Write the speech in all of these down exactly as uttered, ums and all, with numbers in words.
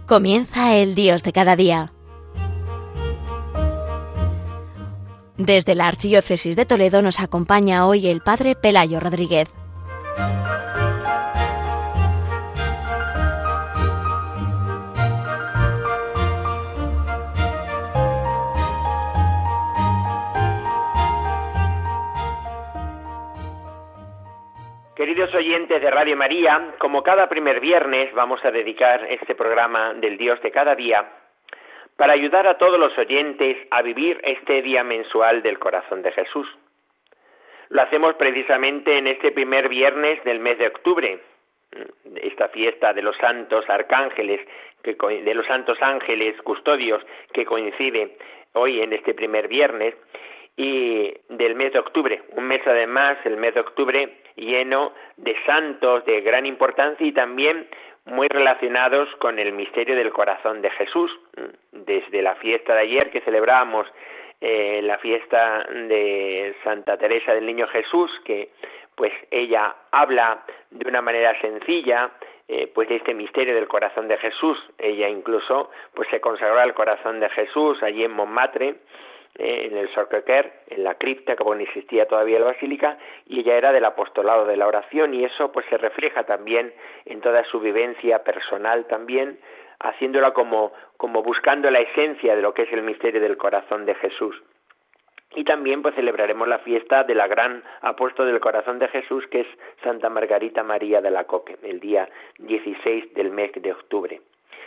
Comienza el Dios de cada día. Desde la Archidiócesis de Toledo nos acompaña hoy el Padre Pelayo Rodríguez. Queridos oyentes de Radio María, como cada primer viernes vamos a dedicar este programa del Dios de cada día para ayudar a todos los oyentes a vivir este día mensual del corazón de Jesús. Lo hacemos precisamente en este primer viernes del mes de octubre, esta fiesta de los santos arcángeles, que, de los santos ángeles custodios que coincide hoy en este primer viernes, y del mes de octubre, un mes además, el mes de octubre, lleno de santos de gran importancia y también muy relacionados con el misterio del corazón de Jesús. Desde la fiesta de ayer que celebramos, eh, la fiesta de Santa Teresa del Niño Jesús, que pues ella habla de una manera sencilla eh, pues de este misterio del corazón de Jesús. Ella incluso pues se consagró al corazón de Jesús allí en Montmartre, en el Sacré-Cœur, en la cripta, que no existía todavía la basílica, y ella era del apostolado de la oración, y eso pues se refleja también en toda su vivencia personal también, haciéndola como, como buscando la esencia de lo que es el misterio del corazón de Jesús. Y también pues celebraremos la fiesta de la gran apóstol del corazón de Jesús, que es Santa Margarita María de Alacoque, el día dieciséis del mes de octubre.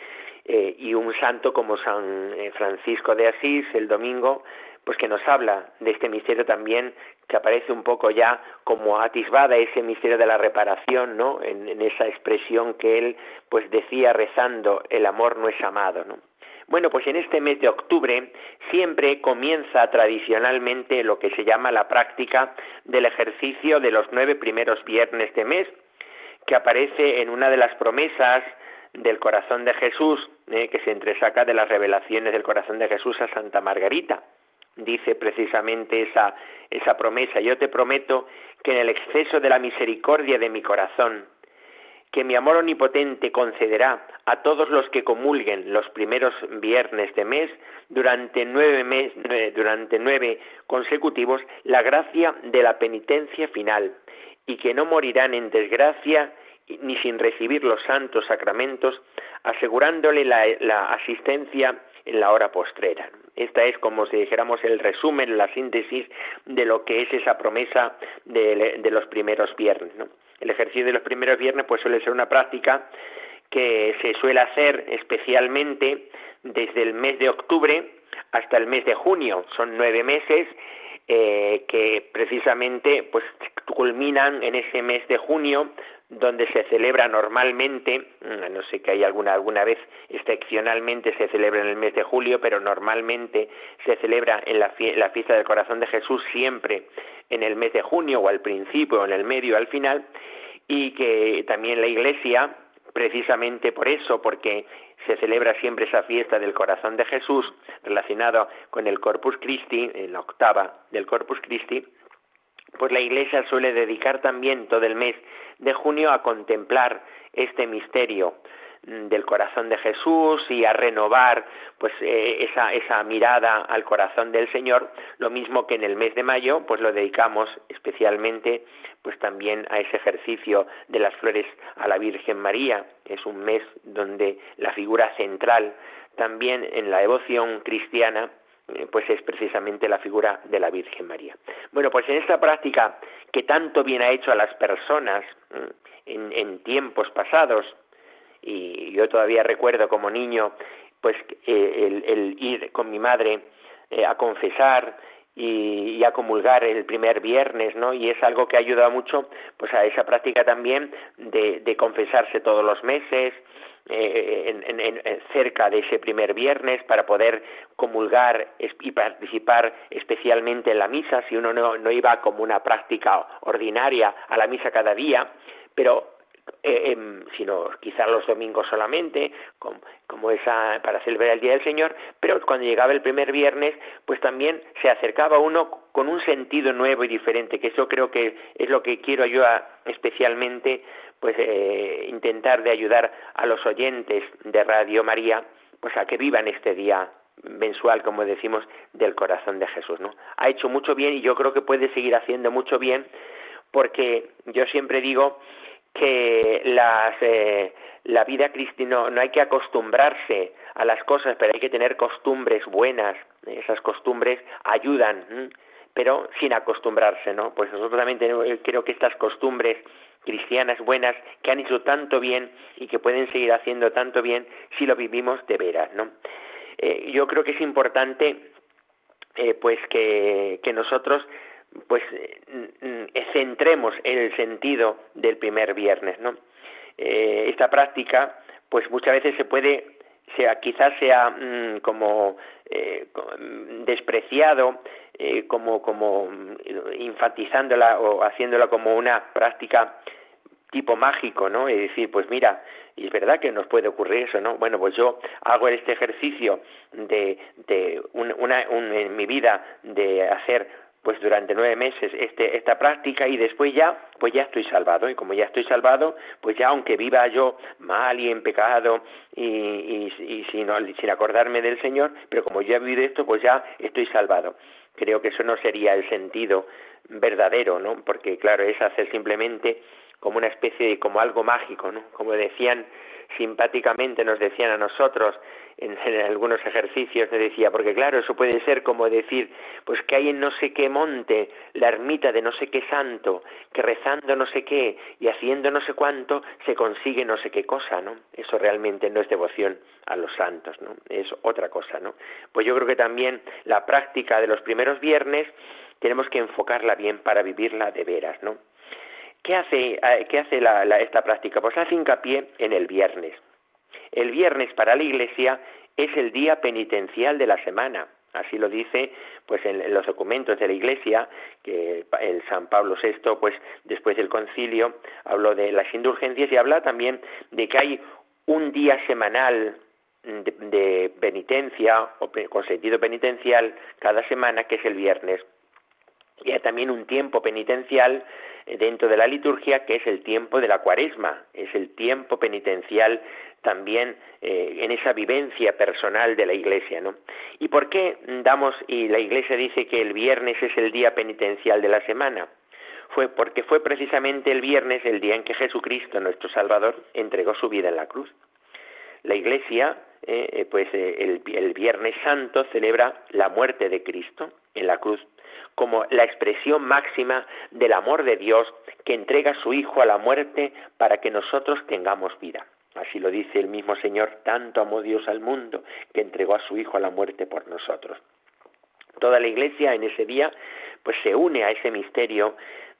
Eh, y un santo como San Francisco de Asís, el domingo, pues que nos habla de este misterio también, que aparece un poco ya como atisbada ese misterio de la reparación, ¿no? En, en esa expresión que él pues decía rezando, el amor no es amado, ¿no? Bueno, pues en este mes de octubre siempre comienza tradicionalmente lo que se llama la práctica del ejercicio de los nueve primeros viernes de mes, que aparece en una de las promesas del corazón de Jesús, eh, que se entresaca de las revelaciones del corazón de Jesús a Santa Margarita. Dice precisamente esa, esa promesa: yo te prometo que en el exceso de la misericordia de mi corazón, que mi amor omnipotente concederá a todos los que comulguen los primeros viernes de mes, durante nueve, mes, durante nueve consecutivos, la gracia de la penitencia final, y que no morirán en desgracia ni sin recibir los santos sacramentos, asegurándole la, la asistencia en la hora postrera. Esta es, como si dijéramos, el resumen, la síntesis de lo que es esa promesa de, de los primeros viernes, ¿no? El ejercicio de los primeros viernes pues suele ser una práctica que se suele hacer especialmente desde el mes de octubre hasta el mes de junio. Son nueve meses eh, que precisamente pues culminan en ese mes de junio, donde se celebra normalmente, no sé que hay alguna alguna vez excepcionalmente se celebra en el mes de julio, pero normalmente se celebra en la, fie la fiesta del corazón de Jesús siempre en el mes de junio, o al principio, o en el medio, o al final, y que también la Iglesia, precisamente por eso, porque se celebra siempre esa fiesta del corazón de Jesús relacionada con el Corpus Christi, en la octava del Corpus Christi, pues la Iglesia suele dedicar también todo el mes de junio a contemplar este misterio del corazón de Jesús y a renovar pues eh, esa esa mirada al corazón del Señor, lo mismo que en el mes de mayo pues lo dedicamos especialmente pues también a ese ejercicio de las flores a la Virgen María. Es un mes donde la figura central también en la devoción cristiana pues es precisamente la figura de la Virgen María. Bueno, pues en esta práctica que tanto bien ha hecho a las personas en, en tiempos pasados, y yo todavía recuerdo como niño pues eh, el, el ir con mi madre eh, a confesar y, y a comulgar el primer viernes, ¿no? Y es algo que ha ayudado mucho pues a esa práctica también de, de confesarse todos los meses, Eh, en, en, en, cerca de ese primer viernes, para poder comulgar y participar especialmente en la misa, si uno no, no iba como una práctica ordinaria a la misa cada día, pero eh, eh, sino quizás los domingos solamente, como, como esa para celebrar el Día del Señor, pero cuando llegaba el primer viernes, pues también se acercaba uno con un sentido nuevo y diferente, que eso creo que es lo que quiero yo a, especialmente pues eh, intentar de ayudar a los oyentes de Radio María, pues a que vivan este día mensual, como decimos, del corazón de Jesús, ¿no? Ha hecho mucho bien y yo creo que puede seguir haciendo mucho bien, porque yo siempre digo que las, eh, la vida cristiana, no hay que acostumbrarse a las cosas, pero hay que tener costumbres buenas. Esas costumbres ayudan, ¿eh? Pero sin acostumbrarse, ¿no? Pues nosotros también tenemos, creo que estas costumbres cristianas buenas que han hecho tanto bien y que pueden seguir haciendo tanto bien si lo vivimos de veras, ¿no? Eh, yo creo que es importante eh, pues que, que nosotros pues eh, centremos en el sentido del primer viernes, ¿no? Eh, esta práctica pues muchas veces se puede, sea, quizás sea mmm, como eh, despreciado, eh, como, como enfatizándola o haciéndola como una práctica tipo mágico, ¿no? Es decir, pues mira, y es verdad que nos puede ocurrir eso, ¿no? Bueno, pues yo hago este ejercicio de, de un, una, un, en mi vida de hacer pues durante nueve meses este, esta práctica y después ya, pues ya estoy salvado. Y como ya estoy salvado, pues ya aunque viva yo mal y en pecado y, y, y sin, sin acordarme del Señor, pero como ya he vivido esto, pues ya estoy salvado. Creo que eso no sería el sentido verdadero, ¿no? Porque claro, es hacer simplemente como una especie de, como algo mágico, ¿no? Como decían simpáticamente, nos decían a nosotros en, en algunos ejercicios, nos decía, porque claro, eso puede ser como decir, pues que hay en no sé qué monte, la ermita de no sé qué santo, que rezando no sé qué y haciendo no sé cuánto, se consigue no sé qué cosa, ¿no? Eso realmente no es devoción a los santos, ¿no? Es otra cosa, ¿no? Pues yo creo que también la práctica de los primeros viernes tenemos que enfocarla bien para vivirla de veras, ¿no? ¿Qué hace, qué hace la, la, esta práctica? Pues hace hincapié en el viernes. El viernes para la Iglesia es el día penitencial de la semana. Así lo dice pues en, en los documentos de la Iglesia, que el San Pablo sexto, pues después del concilio, habló de las indulgencias y habla también de que hay un día semanal de, de penitencia, o con sentido penitencial, cada semana, que es el viernes. Y hay también un tiempo penitencial dentro de la liturgia, que es el tiempo de la Cuaresma, es el tiempo penitencial también eh, en esa vivencia personal de la Iglesia, ¿no? ¿Y por qué damos, y la Iglesia dice que el viernes es el día penitencial de la semana? Fue porque fue precisamente el viernes el día en que Jesucristo, nuestro Salvador, entregó su vida en la cruz. La Iglesia, eh, pues eh, el, el Viernes Santo celebra la muerte de Cristo en la cruz, como la expresión máxima del amor de Dios que entrega a su Hijo a la muerte para que nosotros tengamos vida. Así lo dice el mismo Señor, tanto amó Dios al mundo que entregó a su Hijo a la muerte por nosotros. Toda la Iglesia en ese día pues se une a ese misterio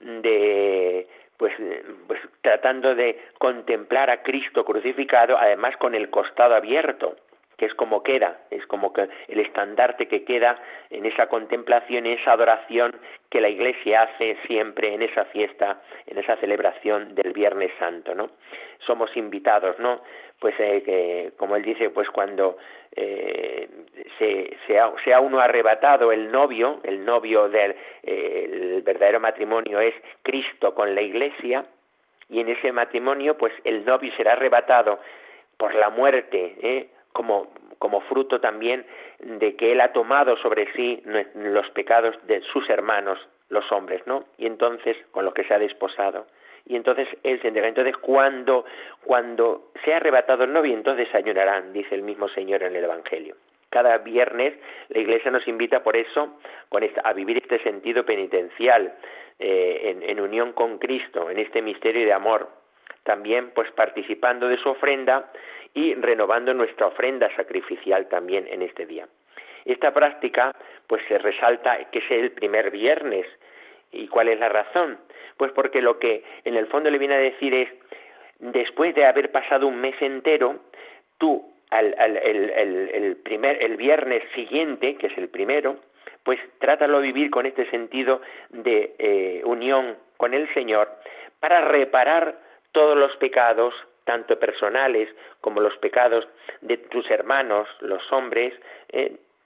de pues, pues tratando de contemplar a Cristo crucificado, además con el costado abierto, que es como queda, es como que el estandarte que queda en esa contemplación, en esa adoración que la Iglesia hace siempre en esa fiesta, en esa celebración del Viernes Santo, ¿no? Somos invitados, ¿no? Pues eh, que, como él dice, pues cuando eh, se, se, ha, se ha uno arrebatado el novio, el novio del eh, el verdadero matrimonio es Cristo con la Iglesia, y en ese matrimonio, pues el novio será arrebatado por la muerte, ¿eh? Como, como fruto también de que él ha tomado sobre sí los pecados de sus hermanos, los hombres, ¿no? Y entonces, con los que se ha desposado. Y entonces él se entrega. Entonces, cuando, cuando se ha arrebatado el novio, entonces ayunarán, dice el mismo Señor en el Evangelio. Cada viernes la Iglesia nos invita por eso con esta, a vivir este sentido penitencial, eh, en, en unión con Cristo, en este misterio de amor. También, pues, participando de su ofrenda y renovando nuestra ofrenda sacrificial también en este día. Esta práctica, pues, se resalta que es el primer viernes. ¿Y cuál es la razón? Pues porque lo que en el fondo le viene a decir es, después de haber pasado un mes entero, tú, al, al, el, el, el, primer, el viernes siguiente, que es el primero, pues trátalo de vivir con este sentido de eh, unión con el Señor para reparar todos los pecados, tanto personales como los pecados de tus hermanos, los hombres, eh,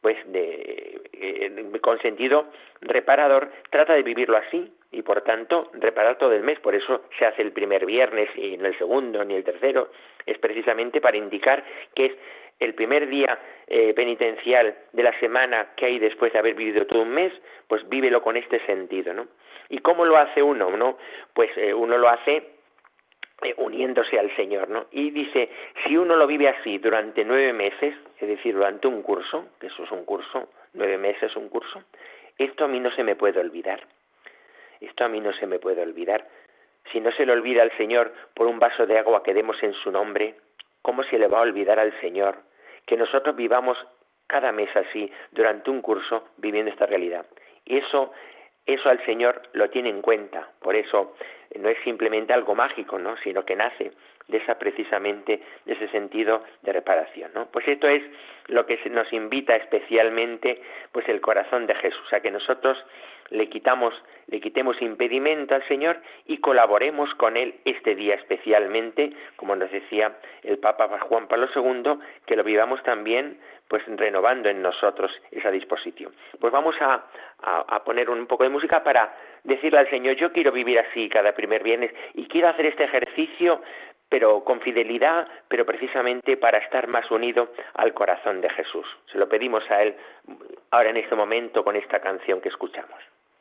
pues de, eh, con sentido reparador, trata de vivirlo así y por tanto reparar todo el mes. Por eso se hace el primer viernes y no el segundo ni el tercero, es precisamente para indicar que es el primer día eh, penitencial de la semana que hay después de haber vivido todo un mes, pues vívelo con este sentido, ¿no? ¿Y cómo lo hace uno, no? Pues eh, uno lo hace eh, uniéndose al Señor, ¿no? Y dice, si uno lo vive así durante nueve meses, es decir, durante un curso, que eso es un curso, nueve meses un curso, esto a mí no se me puede olvidar. Esto a mí no se me puede olvidar. Si no se le olvida al Señor por un vaso de agua que demos en su nombre, ¿cómo se le va a olvidar al Señor que nosotros vivamos cada mes así, durante un curso, viviendo esta realidad? Y eso, eso al Señor lo tiene en cuenta. Por eso no es simplemente algo mágico, ¿no? Sino que nace de esa precisamente, de ese sentido de reparación, ¿no? Pues esto es lo que nos invita especialmente, pues el corazón de Jesús, a que nosotros le quitamos, le quitemos impedimento al Señor y colaboremos con Él este día especialmente, como nos decía el Papa Juan Pablo segundo, que lo vivamos también pues renovando en nosotros esa disposición. Pues vamos a, a, a poner un poco de música para decirle al Señor, yo quiero vivir así cada primer viernes y quiero hacer este ejercicio, pero con fidelidad, pero precisamente para estar más unido al corazón de Jesús. Se lo pedimos a Él ahora en este momento con esta canción que escuchamos.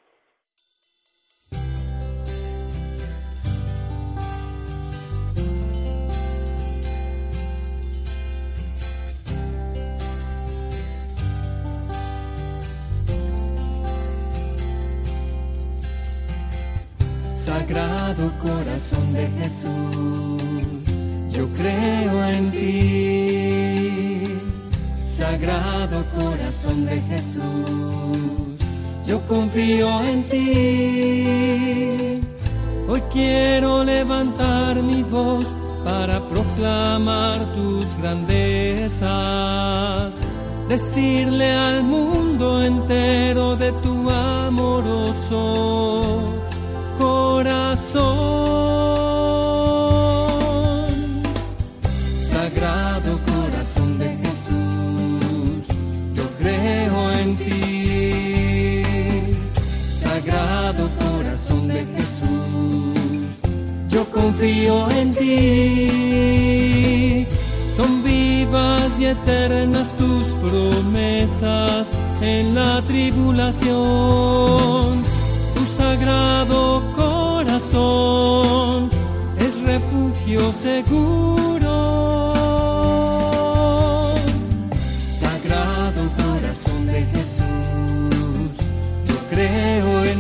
Sagrado corazón de Jesús, yo creo en ti. Sagrado corazón de Jesús, yo confío en ti. Hoy quiero levantar mi voz para proclamar tus grandezas, decirle al mundo entero de tu amoroso corazón. Sagrado corazón de Jesús, yo creo en ti. Sagrado corazón de Jesús, yo confío en ti. Son vivas y eternas tus promesas en la tribulación. Tu sagrado corazón es refugio seguro. Sagrado corazón de Jesús, yo creo en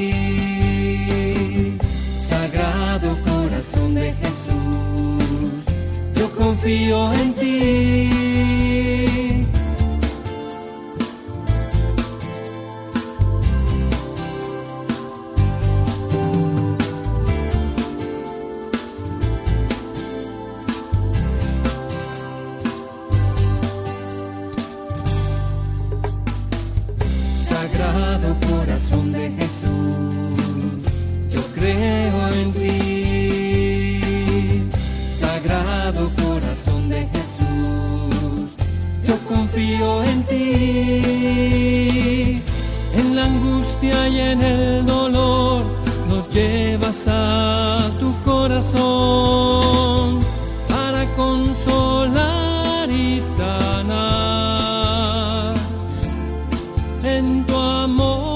ti. Sagrado corazón de Jesús, yo confío en ti. Sagrado corazón de Jesús, yo creo en ti. Sagrado corazón de Jesús, yo confío en ti. En la angustia y en el dolor nos llevas a tu corazón para consolar y sanar en tu amor.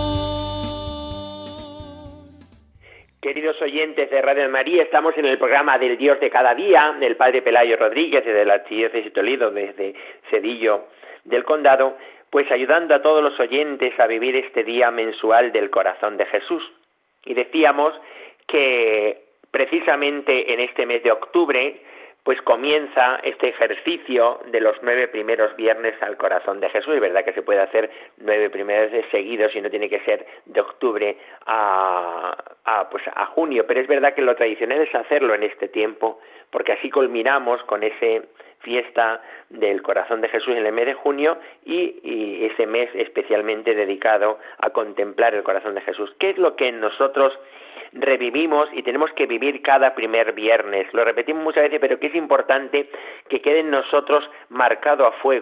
Queridos oyentes de Radio María, estamos en el programa del Dios de cada día, del Padre Pelayo Rodríguez, desde la Archidiócesis de Toledo, desde Cedillo del Condado, pues ayudando a todos los oyentes a vivir este día mensual del corazón de Jesús. Y decíamos que precisamente en este mes de octubre pues comienza este ejercicio de los nueve primeros viernes al corazón de Jesús. Es verdad que se puede hacer nueve primeros de seguidos y no tiene que ser de octubre a, a, pues a junio, pero es verdad que lo tradicional es hacerlo en este tiempo, porque así culminamos con ese fiesta del corazón de Jesús en el mes de junio y, y ese mes especialmente dedicado a contemplar el corazón de Jesús. ¿Qué es lo que nosotros revivimos y tenemos que vivir cada primer viernes? Lo repetimos muchas veces, pero que es importante que quede en nosotros marcado a fuego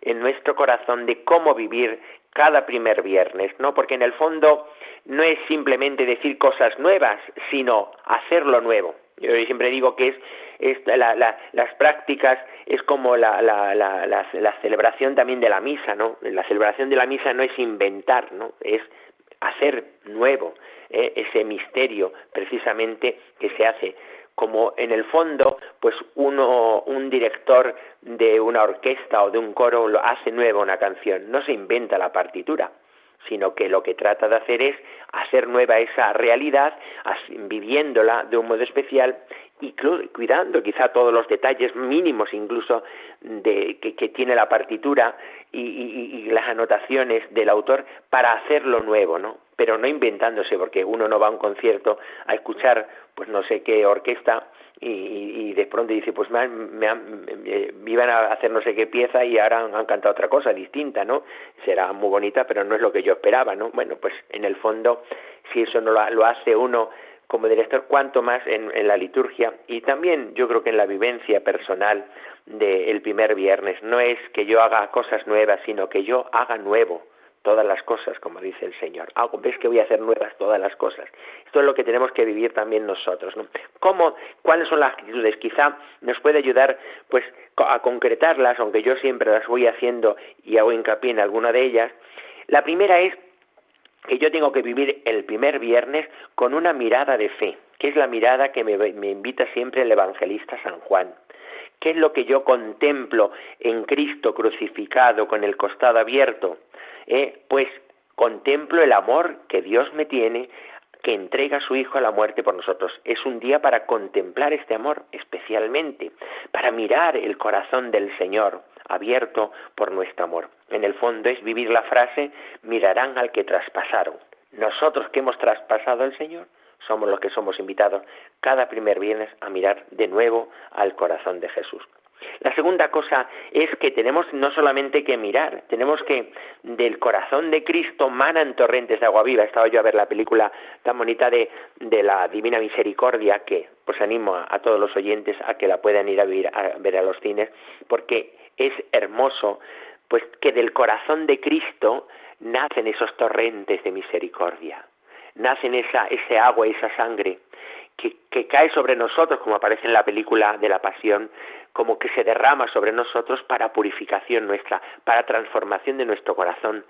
en nuestro corazón de cómo vivir cada primer viernes, ¿no? Porque en el fondo no es simplemente decir cosas nuevas, sino hacerlo nuevo. Yo siempre digo que es, es la, la, las prácticas es como la, la, la, la, la celebración también de la misa, ¿no? La celebración de la misa no es inventar, ¿no? Es hacer nuevo ¿eh? ese misterio precisamente que se hace. Como en el fondo, pues uno, un director de una orquesta o de un coro lo hace nueva una canción, no se inventa la partitura, sino que lo que trata de hacer es hacer nueva esa realidad, viviéndola de un modo especial y cuidando quizá todos los detalles mínimos incluso de que, que tiene la partitura y, y, y las anotaciones del autor para hacerlo nuevo, ¿no? Pero no inventándose, porque uno no va a un concierto a escuchar pues no sé qué orquesta y, y, y de pronto dice pues me, han, me, han, me, me iban a hacer no sé qué pieza y ahora han, han cantado otra cosa distinta, ¿no? Será muy bonita, pero no es lo que yo esperaba, ¿no? Bueno, pues en el fondo, si eso no lo, lo hace uno como director, cuanto más en, en la liturgia y también yo creo que en la vivencia personal del primer viernes. No es que yo haga cosas nuevas, sino que yo haga nuevo todas las cosas, como dice el Señor. Ah, ves que voy a hacer nuevas todas las cosas. Esto es lo que tenemos que vivir también nosotros, ¿no? ¿Cómo, cuáles son las actitudes? Quizá nos puede ayudar pues a concretarlas, aunque yo siempre las voy haciendo y hago hincapié en alguna de ellas. La primera es que yo tengo que vivir el primer viernes con una mirada de fe, que es la mirada que me, me invita siempre el evangelista San Juan. ¿Qué es lo que yo contemplo en Cristo crucificado con el costado abierto? Eh, pues contemplo el amor que Dios me tiene, que entrega a su Hijo a la muerte por nosotros. Es un día para contemplar este amor especialmente, para mirar el corazón del Señor abierto por nuestro amor. En el fondo es vivir la frase, mirarán al que traspasaron. Nosotros que hemos traspasado al Señor, somos los que somos invitados cada primer viernes a mirar de nuevo al corazón de Jesús. La segunda cosa es que tenemos no solamente que mirar, tenemos que del corazón de Cristo manan torrentes de agua viva. He estado yo a ver la película tan bonita de, de la Divina Misericordia, que pues animo a, a todos los oyentes a que la puedan ir a ver, a ver a los cines, porque es hermoso pues que del corazón de Cristo nacen esos torrentes de misericordia, nacen esa, ese agua, esa sangre que, que cae sobre nosotros, como aparece en la película de la Pasión, como que se derrama sobre nosotros para purificación nuestra, para transformación de nuestro corazón.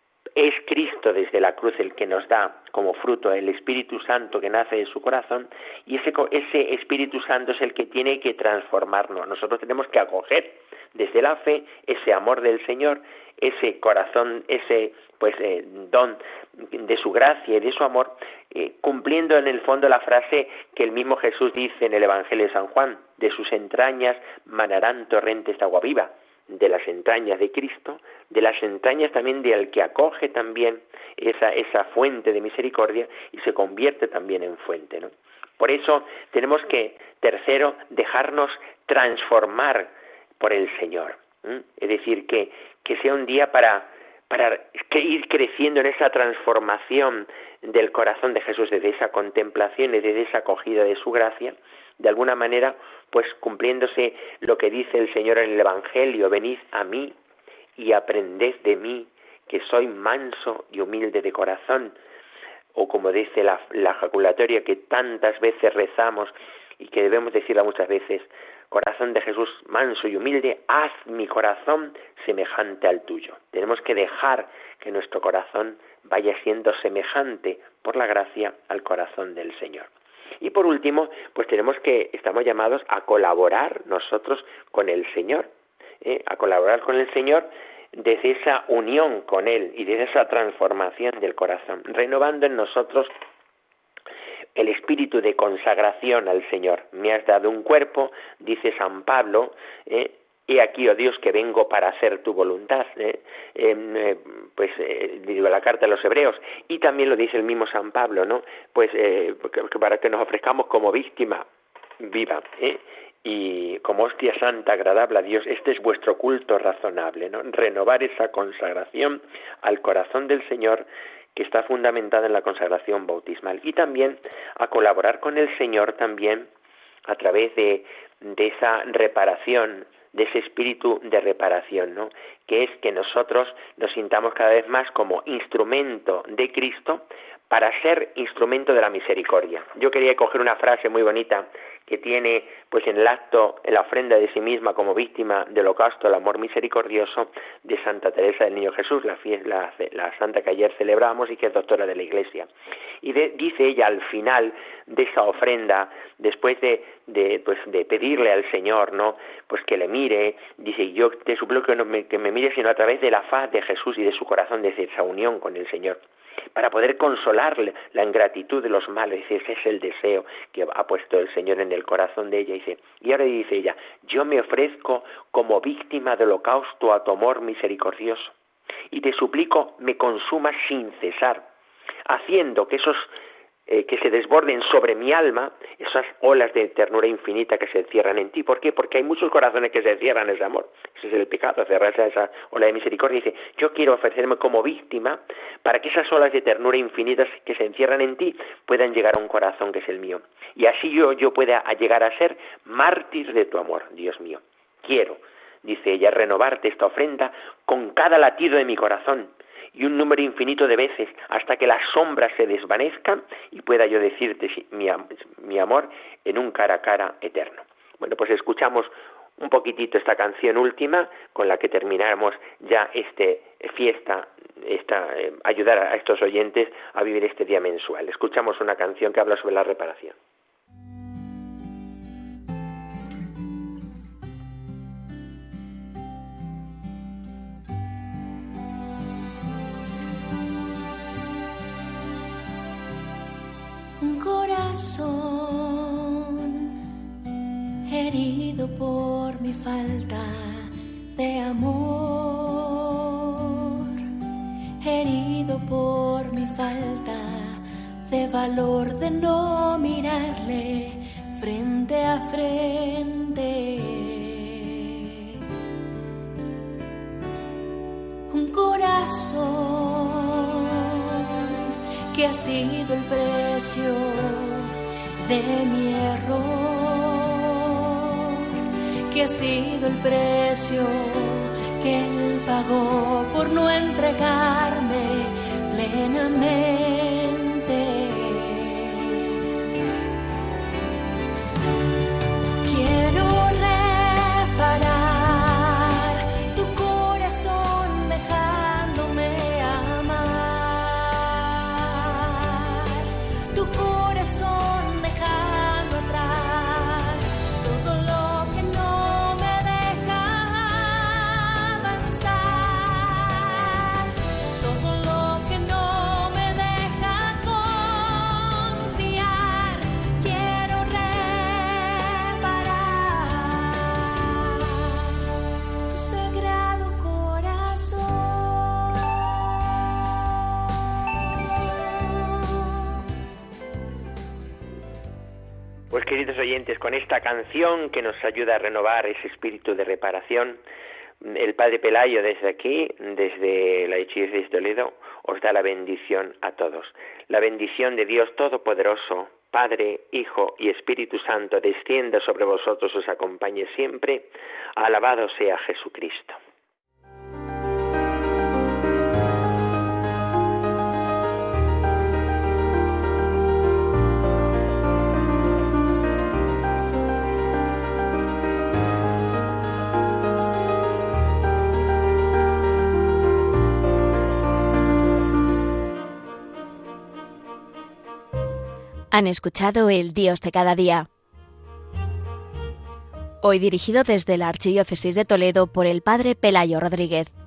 Es Cristo desde la cruz el que nos da como fruto el Espíritu Santo que nace de su corazón, y ese, ese Espíritu Santo es el que tiene que transformarnos. Nosotros tenemos que acoger desde la fe ese amor del Señor, ese corazón, ese pues eh, don de su gracia y de su amor, eh, cumpliendo en el fondo la frase que el mismo Jesús dice en el Evangelio de San Juan: de sus entrañas manarán torrentes de agua viva. De las entrañas de Cristo, de las entrañas también del que acoge también esa, esa fuente de misericordia y se convierte también en fuente, ¿no? Por eso tenemos que, tercero, dejarnos transformar por el Señor, ¿eh? Es decir, que, que sea un día para, para que ir creciendo en esa transformación del corazón de Jesús, desde esa contemplación y desde esa acogida de su gracia, de alguna manera, pues cumpliéndose lo que dice el Señor en el Evangelio: venid a mí y aprended de mí, que soy manso y humilde de corazón. O como dice la, la jaculatoria que tantas veces rezamos y que debemos decirla muchas veces: corazón de Jesús manso y humilde, haz mi corazón semejante al tuyo. Tenemos que dejar que nuestro corazón vaya siendo semejante por la gracia al corazón del Señor. Y por último, pues tenemos que, estamos llamados a colaborar nosotros con el Señor, ¿eh? a colaborar con el Señor desde esa unión con Él y desde esa transformación del corazón, renovando en nosotros el espíritu de consagración al Señor. Me has dado un cuerpo, dice San Pablo, ¿eh? He aquí, oh Dios, que vengo para hacer tu voluntad, ¿eh? Eh, pues eh, digo la carta a los hebreos, y también lo dice el mismo San Pablo, ¿no? Pues eh, para que nos ofrezcamos como víctima viva, ¿eh? y como hostia santa agradable a Dios. Este es vuestro culto razonable, ¿no? Renovar esa consagración al corazón del Señor, que está fundamentada en la consagración bautismal, y también a colaborar con el Señor también a través de, de esa reparación de ese espíritu de reparación, ¿no? Que es que nosotros nos sintamos cada vez más como instrumento de Cristo para ser instrumento de la misericordia. Yo quería coger una frase muy bonita que tiene pues en el acto, en la ofrenda de sí misma como víctima del holocausto, el amor misericordioso de Santa Teresa del Niño Jesús, la, la, la santa que ayer celebramos y que es doctora de la Iglesia. Y de, dice ella al final de esa ofrenda, después de, de, pues, de pedirle al Señor, ¿no? Pues que le mire, dice, yo te suplico que no me, que me mire sino a través de la faz de Jesús y de su corazón, desde esa unión con el Señor, para poder consolarle la ingratitud de los males. Ese es el deseo que ha puesto el Señor en el corazón de ella. Dice, y ahora dice ella, yo me ofrezco como víctima del holocausto a tu amor misericordioso, y te suplico me consumas sin cesar, haciendo que esos eh, que se desborden sobre mi alma esas olas de ternura infinita que se cierran en ti. ¿Por qué? Porque hay muchos corazones que se cierran a ese amor. Ese es el pecado, cerrarse a esa ola de misericordia. Dice, yo quiero ofrecerme como víctima para que esas olas de ternura infinitas que se encierran en ti puedan llegar a un corazón que es el mío. Y así yo, yo pueda llegar a ser mártir de tu amor, Dios mío. Quiero, dice ella, renovarte esta ofrenda con cada latido de mi corazón y un número infinito de veces, hasta que las sombras se desvanezcan y pueda yo decirte mi, mi amor en un cara a cara eterno. Bueno, pues escuchamos un poquitito esta canción última con la que terminamos ya este fiesta, esta, eh, ayudar a estos oyentes a vivir este día mensual. Escuchamos una canción que habla sobre la reparación. Un corazón herido por mi falta de amor, herido por mi falta de valor, de no mirarle frente a frente. Un corazón que ha sido el precio de mi error, que ha sido el precio que Él pagó por no entregarme plenamente. Quiero reparar tu corazón dejándome amar, tu corazón dejando atrás todo lo que no me deja avanzar, todo lo que no me deja confiar. Quiero reparar tu sagrado corazón. Pues queridos oyentes, con esta canción que nos ayuda a renovar ese espíritu de reparación, el Padre Pelayo desde aquí, desde la Archidiócesis de Toledo, os da la bendición a todos. La bendición de Dios Todopoderoso, Padre, Hijo y Espíritu Santo, descienda sobre vosotros, os acompañe siempre. Alabado sea Jesucristo. Han escuchado el Dios de cada día. Hoy dirigido desde la Archidiócesis de Toledo por el Padre Pelayo Rodríguez.